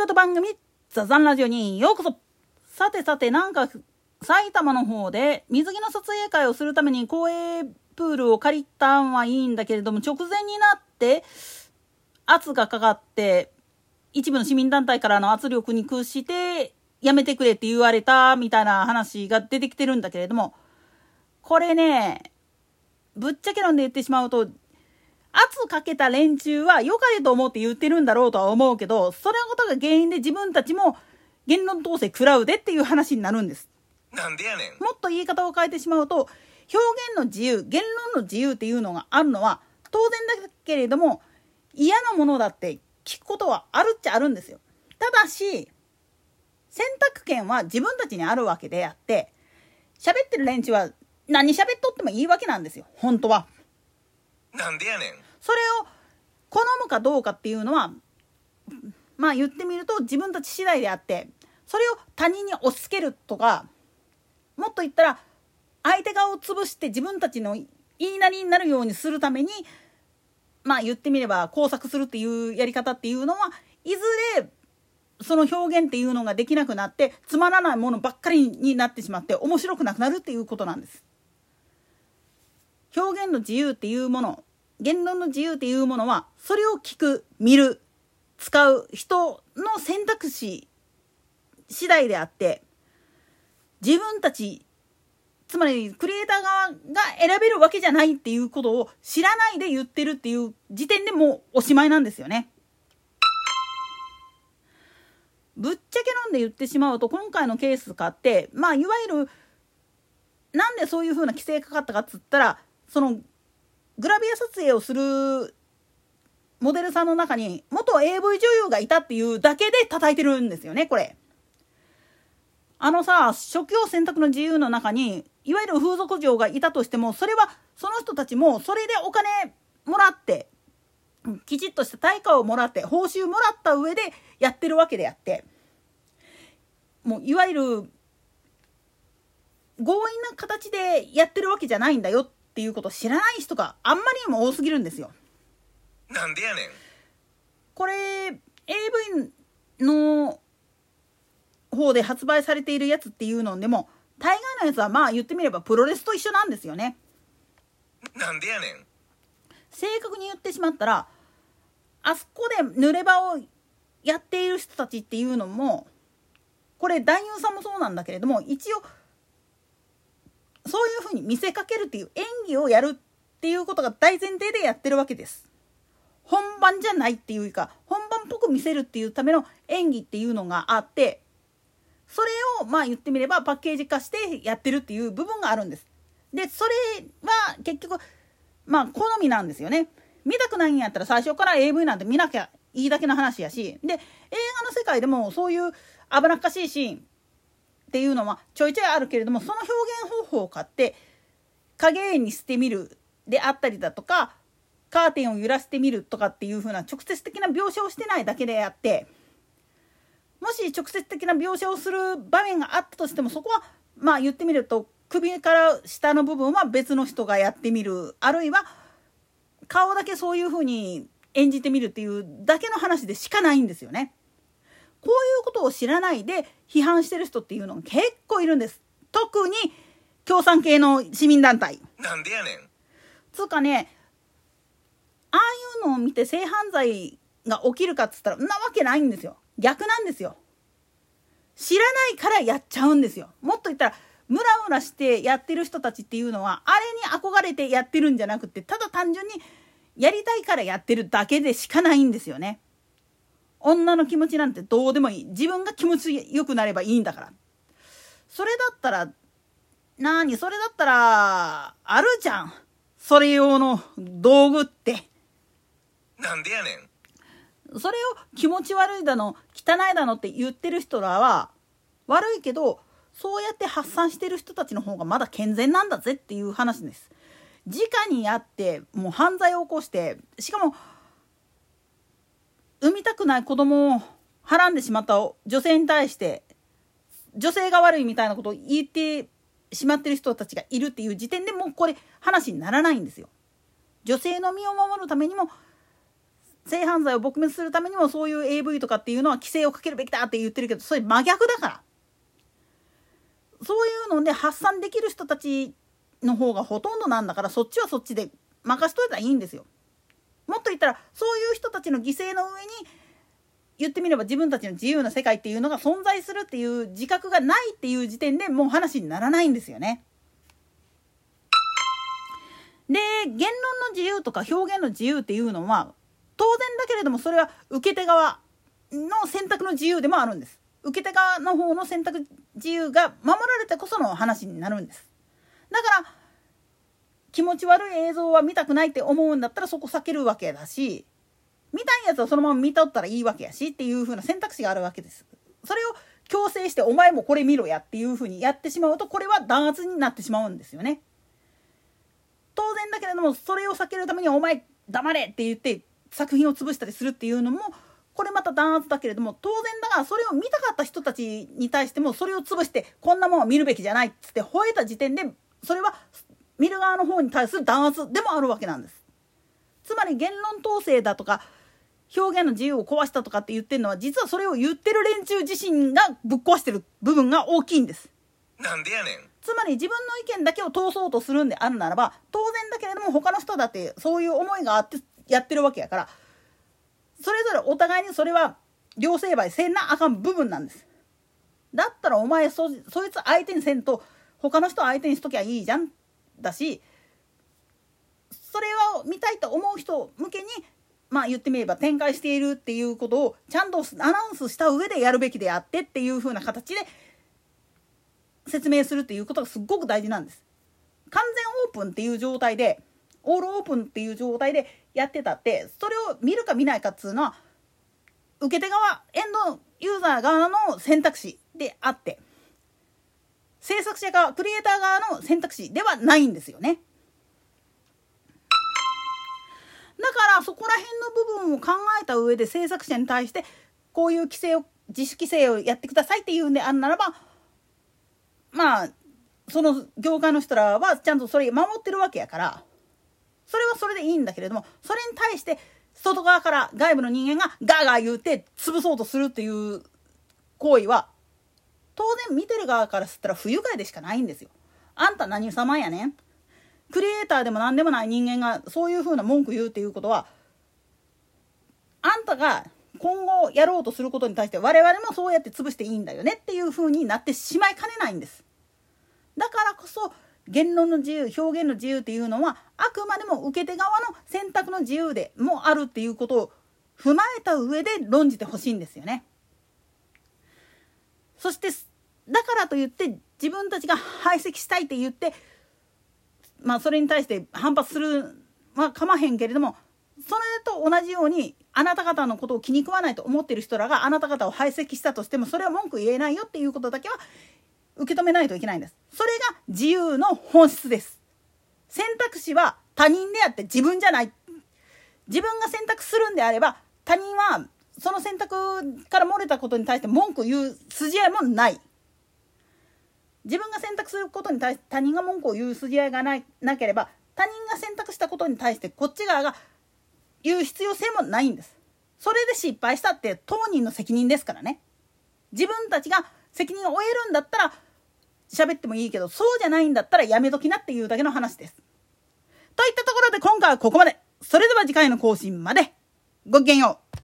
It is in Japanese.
事番組ザザンラジオにようこそ。さてなんか埼玉の方で水着の撮影会をするために公営プールを借りたんはいいんだけれども、直前になって圧がかかって一部の市民団体からの圧力に屈してやめてくれって言われたみたいな話が出てきてるんだけれども、これね、ぶっちゃけ論で言ってしまうと、圧かけた連中は良かれと思って言ってるんだろうとは思うけど、それのことが原因で自分たちも言論統制食らうでっていう話になるんです。 なんでやねん。 もっと言い方を変えてしまうと、表現の自由、言論の自由っていうのがあるのは当然だけれども、嫌なものだって聞くことはあるっちゃあるんですよ。ただし選択権は自分たちにあるわけであって、喋ってる連中は何喋っとってもいいわけなんですよ、本当は。 なんでやねん。 それを好むかどうかっていうのは、まあ言ってみると自分たち次第であって、それを他人に押し付けるとか、もっと言ったら相手側を潰して自分たちの言いなりになるようにするために、まあ言ってみれば工作するっていうやり方っていうのは、いずれその表現っていうのができなくなってつまらないものばっかりになってしまって面白くなくなるっていうことなんです。表現の自由っていうもの、言論の自由っていうものは、それを聞く、見る、使う人の選択肢次第であって、自分たち、つまりクリエイター側が選べるわけじゃないっていうことを知らないで言ってるっていう時点でもうおしまいなんですよね。ぶっちゃけ論で言ってしまうと、今回のケースかって、まあいわゆるなんでそういう風な規制かかったかっつったら、そのグラビア撮影をするモデルさんの中に元 AV 女優がいたっていうだけで叩いてるんですよね、これ。職業選択の自由の中にいわゆる風俗嬢がいたとしても、それはその人たちもそれでお金もらって、きちっとした対価をもらって報酬もらった上でやってるわけであって、もういわゆる強引な形でやってるわけじゃないんだよっていうことを知らない人があんまりにも多すぎるんですよ。 なんでやねん。 これ AV の方で発売されているやつっていうのでも、大概のやつはまあ言ってみればプロレスと一緒なんですよね。 なんでやねん。 正確に言ってしまったら、あそこで濡れ場をやっている人たちっていうのも、これ男優さんもそうなんだけれども、一応そういうふうに見せかけるっていう演技をやるっていうことが大前提でやってるわけです。本番じゃないっていうか、本番っぽく見せるっていうための演技っていうのがあって、それをまあ言ってみればパッケージ化してやってるっていう部分があるんです。でそれは結局まあ好みなんですよね。見たくないんやったら最初から AV なんて見なきゃいいだけの話やし、で映画の世界でもそういう危なっかしいシーンっていうのはちょいちょいあるけれども、その表現方法を買って影絵にしてみるであったりだとか、カーテンを揺らしてみるとかっていう風な直接的な描写をしてないだけであって、もし直接的な描写をする場面があったとしても、そこはまあ言ってみると首から下の部分は別の人がやってみる、あるいは顔だけそういう風に演じてみるっていうだけの話でしかないんですよね。こういうことを知らないで批判してる人っていうのが結構いるんです。特に共産系の市民団体。 なんでやねん。 つうかね、ああいうのを見て性犯罪が起きるかっつったらなわけないんですよ。逆なんですよ。知らないからやっちゃうんですよ。もっと言ったらムラムラしてやってる人たちっていうのは、あれに憧れてやってるんじゃなくて、ただ単純にやりたいからやってるだけでしかないんですよね。女の気持ちなんてどうでもいい。自分が気持ちよくなればいいんだから。それだったらあるじゃん、それ用の道具って。 なんでやねん。それを気持ち悪いだの汚いだのって言ってる人らは悪いけど、そうやって発散してる人たちの方がまだ健全なんだぜっていう話です。直にやってもう犯罪を起こして、しかも産みたくない子供をはらんでしまった女性に対して女性が悪いみたいなことを言ってしまってる人たちがいるっていう時点でもうこれ話にならないんですよ。女性の身を守るためにも性犯罪を撲滅するためにもそういう AV とかっていうのは規制をかけるべきだって言ってるけど、それ真逆だから。そういうので発散できる人たちの方がほとんどなんだから、そっちはそっちで任しといたらいいんですよ。もっと言ったらそういう人たちの犠牲の上に言ってみれば自分たちの自由な世界っていうのが存在するっていう自覚がないっていう時点でもう話にならないんですよね。で、言論の自由とか表現の自由っていうのは当然だけれども、それは受け手側の選択の自由でもあるんです。受け手側の方の選択自由が守られてこその話になるんです。だから気持ち悪い映像は見たくないって思うんだったらそこ避けるわけだし、見たいやつはそのまま見とったらいいわけやしっていう風な選択肢があるわけです。それを強制してお前もこれ見ろやっていう風にやってしまうと、これは弾圧になってしまうんですよね。当然だけれども、それを避けるためにお前黙れって言って作品を潰したりするっていうのもこれまた弾圧だけれども、当然だがそれを見たかった人たちに対してもそれを潰してこんなもんは見るべきじゃないっつって吠えた時点で、それは見る側の方に対する弾圧でもあるわけなんです。つまり言論統制だとか表現の自由を壊したとかって言ってるのは、実はそれを言ってる連中自身がぶっ壊してる部分が大きいんです。 なんでやねん。 つまり自分の意見だけを通そうとするんであるならば、当然だけれども他の人だってそういう思いがあってやってるわけやから、それぞれお互いにそれは両成敗せんなあかん部分なんです。だったらお前そいつ相手にせんと他の人相手にしときゃいいじゃんだし、それを見たいと思う人向けに言ってみれば展開しているっていうことをちゃんとアナウンスした上でやるべきであってっていう風な形で説明するっていうことがすごく大事なんです。完全オープンっていう状態で、オールオープンっていう状態でやってたって、それを見るか見ないかっつうのは受け手側、エンドユーザー側の選択肢であって、制作者側、クリエイター側の選択肢ではないんですよね。だからそこら辺の部分を考えた上で制作者に対してこういう規制を、自主規制をやってくださいっていうんであるならば、その業界の人らはちゃんとそれ守ってるわけやから、それはそれでいいんだけれども、それに対して外側から外部の人間がガーガー言うて潰そうとするっていう行為は、当然見てる側からすったら不愉快でしかないんですよ。あんた何様やねん。クリエイターでも何でもない人間がそういう風な文句言うっていうことは、あんたが今後やろうとすることに対して我々もそうやって潰していいんだよねっていう風になってしまいかねないんです。だからこそ言論の自由、表現の自由っていうのはあくまでも受け手側の選択の自由でもあるっていうことを踏まえた上で論じてほしいんですよね。そしてだからといって自分たちが排斥したいって言ってそれに対して反発するは構へんけれども、それと同じようにあなた方のことを気に食わないと思っている人らがあなた方を排斥したとしても、それは文句言えないよっていうことだけは受け止めないといけないんです。それが自由の本質です。選択肢は他人であって自分じゃない。自分が選択するんであれば、他人はその選択から漏れたことに対して文句言う筋合いもない。自分が選択することに対して他人が文句を言う筋合いがなければ、他人が選択したことに対してこっち側が言う必要性もないんです。それで失敗したって当人の責任ですからね。自分たちが責任を負えるんだったら喋ってもいいけど、そうじゃないんだったらやめときなっていうだけの話です。といったところで今回はここまで。それでは次回の更新まで。ごきげんよう。